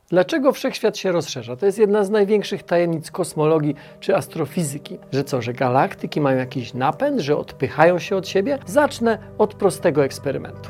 Dlaczego wszechświat się rozszerza? To jest jedna z największych tajemnic kosmologii czy astrofizyki. Że galaktyki mają jakiś napęd, że odpychają się od siebie? Zacznę od prostego eksperymentu.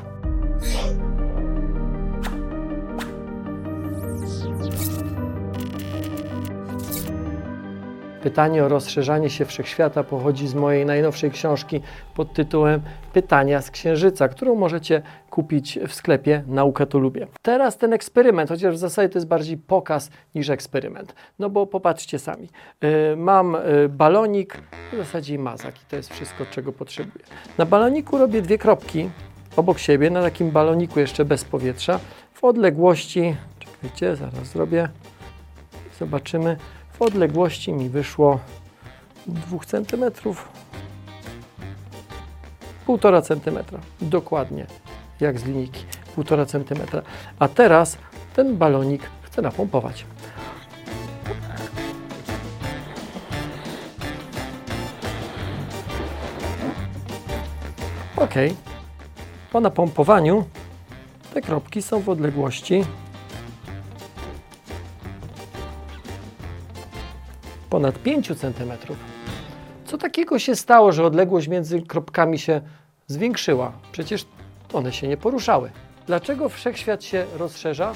Pytanie o rozszerzanie się wszechświata pochodzi z mojej najnowszej książki pod tytułem Pytania z Księżyca, którą możecie kupić w sklepie Naukę to lubię. Teraz ten eksperyment, chociaż w zasadzie to jest bardziej pokaz niż eksperyment. No bo popatrzcie sami. Mam balonik, w zasadzie i mazak i to jest wszystko, czego potrzebuję. Na baloniku robię dwie kropki obok siebie, na takim baloniku jeszcze bez powietrza, w odległości, czekajcie, zaraz zrobię, zobaczymy. W odległości mi wyszło 2 cm, 1,5 cm, dokładnie jak z linijki, 1,5 cm. A teraz ten balonik chcę napompować. Ok, po napompowaniu te kropki są w odległości ponad 5 cm. Co takiego się stało, że odległość między kropkami się zwiększyła? Przecież one się nie poruszały. Dlaczego wszechświat się rozszerza?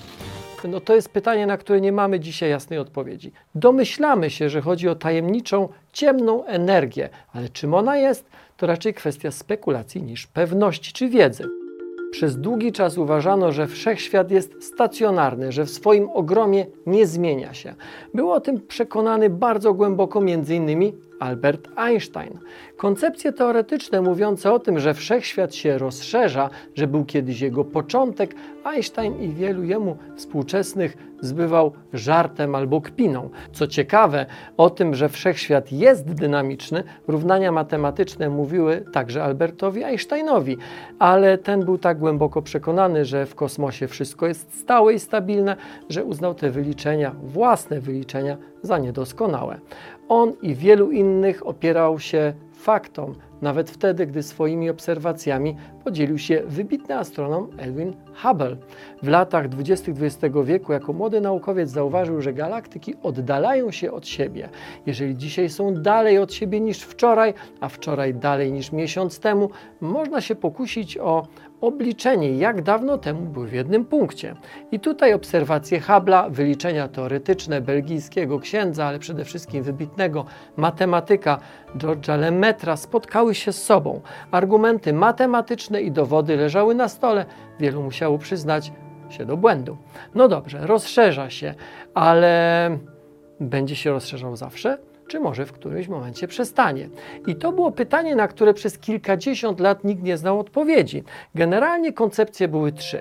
No to jest pytanie, na które nie mamy dzisiaj jasnej odpowiedzi. Domyślamy się, że chodzi o tajemniczą, ciemną energię, ale czym ona jest, to raczej kwestia spekulacji niż pewności czy wiedzy. Przez długi czas uważano, że wszechświat jest stacjonarny, że w swoim ogromie nie zmienia się. Był o tym przekonany bardzo głęboko m.in. Albert Einstein. Koncepcje teoretyczne mówiące o tym, że wszechświat się rozszerza, że był kiedyś jego początek, Einstein i wielu jemu współczesnych zbywał żartem albo kpiną. Co ciekawe, o tym, że wszechświat jest dynamiczny, równania matematyczne mówiły także Albertowi Einsteinowi, ale ten był tak głęboko przekonany, że w kosmosie wszystko jest stałe i stabilne, że uznał te wyliczenia, własne wyliczenia, za niedoskonałe. On i wielu innych opierał się faktom, nawet wtedy, gdy swoimi obserwacjami podzielił się wybitny astronom Edwin Hubble. W latach 20. XX wieku jako młody naukowiec zauważył, że galaktyki oddalają się od siebie. Jeżeli dzisiaj są dalej od siebie niż wczoraj, a wczoraj dalej niż miesiąc temu, można się pokusić o obliczenie, jak dawno temu były w jednym punkcie. I tutaj obserwacje Hubble'a, wyliczenia teoretyczne belgijskiego księdza, ale przede wszystkim wybitnego matematyka George'a Lemaître'a spotkały się z sobą. Argumenty matematyczne i dowody leżały na stole. Wielu musiało przyznać się do błędu. No dobrze, rozszerza się, ale będzie się rozszerzał zawsze? Czy może w którymś momencie przestanie? I to było pytanie, na które przez kilkadziesiąt lat nikt nie znał odpowiedzi. Generalnie koncepcje były 3.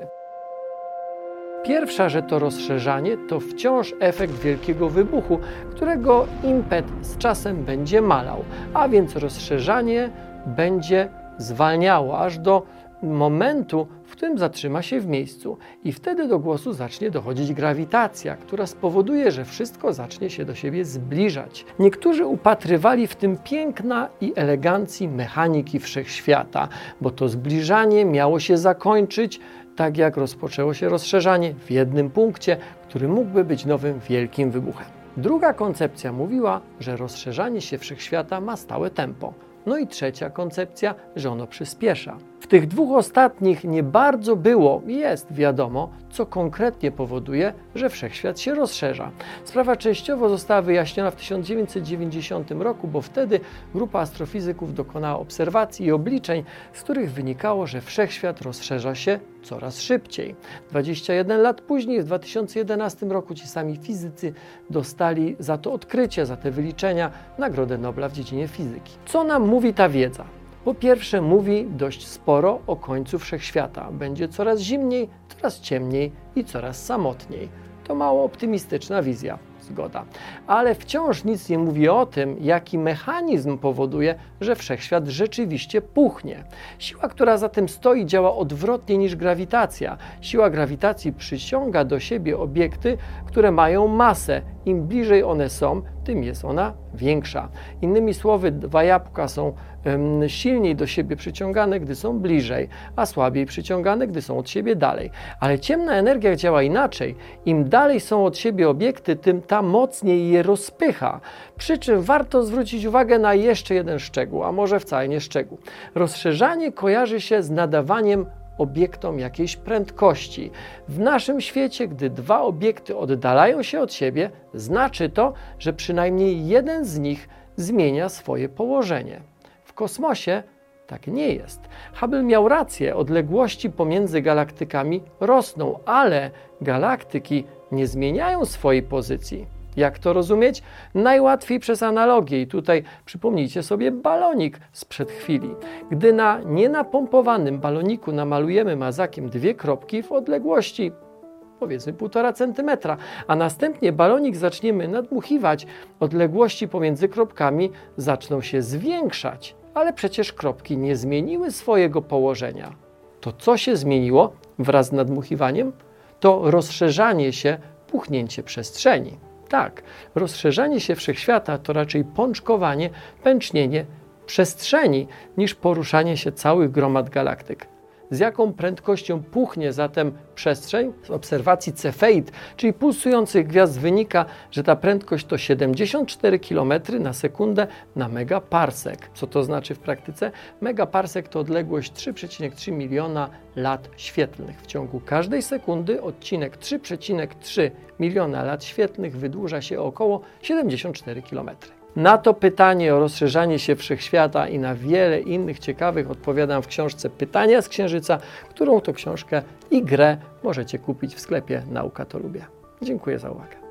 Pierwsza, że to rozszerzanie to wciąż efekt wielkiego wybuchu, którego impet z czasem będzie malał, a więc rozszerzanie będzie zwalniało aż do momentu, w którym zatrzyma się w miejscu i wtedy do głosu zacznie dochodzić grawitacja, która spowoduje, że wszystko zacznie się do siebie zbliżać. Niektórzy upatrywali w tym piękna i elegancji mechaniki wszechświata, bo to zbliżanie miało się zakończyć tak jak rozpoczęło się rozszerzanie w jednym punkcie, który mógłby być nowym wielkim wybuchem. Druga koncepcja mówiła, że rozszerzanie się wszechświata ma stałe tempo. No i trzecia koncepcja, że ono przyspiesza. W tych dwóch ostatnich nie bardzo było i jest wiadomo, co konkretnie powoduje, że wszechświat się rozszerza. Sprawa częściowo została wyjaśniona w 1990 roku, bo wtedy grupa astrofizyków dokonała obserwacji i obliczeń, z których wynikało, że wszechświat rozszerza się coraz szybciej. 21 lat później, w 2011 roku, ci sami fizycy dostali za to odkrycie, za te wyliczenia, Nagrodę Nobla w dziedzinie fizyki. Co nam mówi ta wiedza? Po pierwsze, mówi dość sporo o końcu wszechświata. Będzie coraz zimniej, coraz ciemniej i coraz samotniej. To mało optymistyczna wizja. zgoda. Ale wciąż nic nie mówi o tym, jaki mechanizm powoduje, że wszechświat rzeczywiście puchnie. Siła, która za tym stoi, działa odwrotnie niż grawitacja. Siła grawitacji przyciąga do siebie obiekty, które mają masę. Im bliżej one są, tym jest ona większa. Innymi słowy, dwa jabłka są silniej do siebie przyciągane, gdy są bliżej, a słabiej przyciągane, gdy są od siebie dalej. Ale ciemna energia działa inaczej. Im dalej są od siebie obiekty, tym ta mocniej je rozpycha. Przy czym warto zwrócić uwagę na jeszcze jeden szczegół, a może wcale nie szczegół. Rozszerzanie kojarzy się z nadawaniem obiektom jakiejś prędkości. W naszym świecie, gdy dwa obiekty oddalają się od siebie, znaczy to, że przynajmniej jeden z nich zmienia swoje położenie. W kosmosie tak nie jest. Hubble miał rację, odległości pomiędzy galaktykami rosną, ale galaktyki nie zmieniają swojej pozycji. Jak to rozumieć? Najłatwiej przez analogię i tutaj przypomnijcie sobie balonik sprzed chwili. Gdy na nienapompowanym baloniku namalujemy mazakiem dwie kropki w odległości powiedzmy 1,5 cm, a następnie balonik zaczniemy nadmuchiwać, odległości pomiędzy kropkami zaczną się zwiększać, ale przecież kropki nie zmieniły swojego położenia. To co się zmieniło wraz z nadmuchiwaniem? To rozszerzanie się, puchnięcie przestrzeni. Tak, rozszerzanie się wszechświata to raczej pączkowanie, pęcznienie przestrzeni niż poruszanie się całych gromad galaktyk. Z jaką prędkością puchnie zatem przestrzeń? Z obserwacji Cefeit, czyli pulsujących gwiazd, wynika, że ta prędkość to 74 km na sekundę na megaparsek. Co to znaczy w praktyce? Megaparsek to odległość 3,3 miliona lat świetlnych. W ciągu każdej sekundy odcinek 3,3 miliona lat świetlnych wydłuża się o około 74 km. Na to pytanie o rozszerzanie się wszechświata i na wiele innych ciekawych odpowiadam w książce Pytania z Księżyca, którą to książkę i grę możecie kupić w sklepie Nauka to Lubię. Dziękuję za uwagę.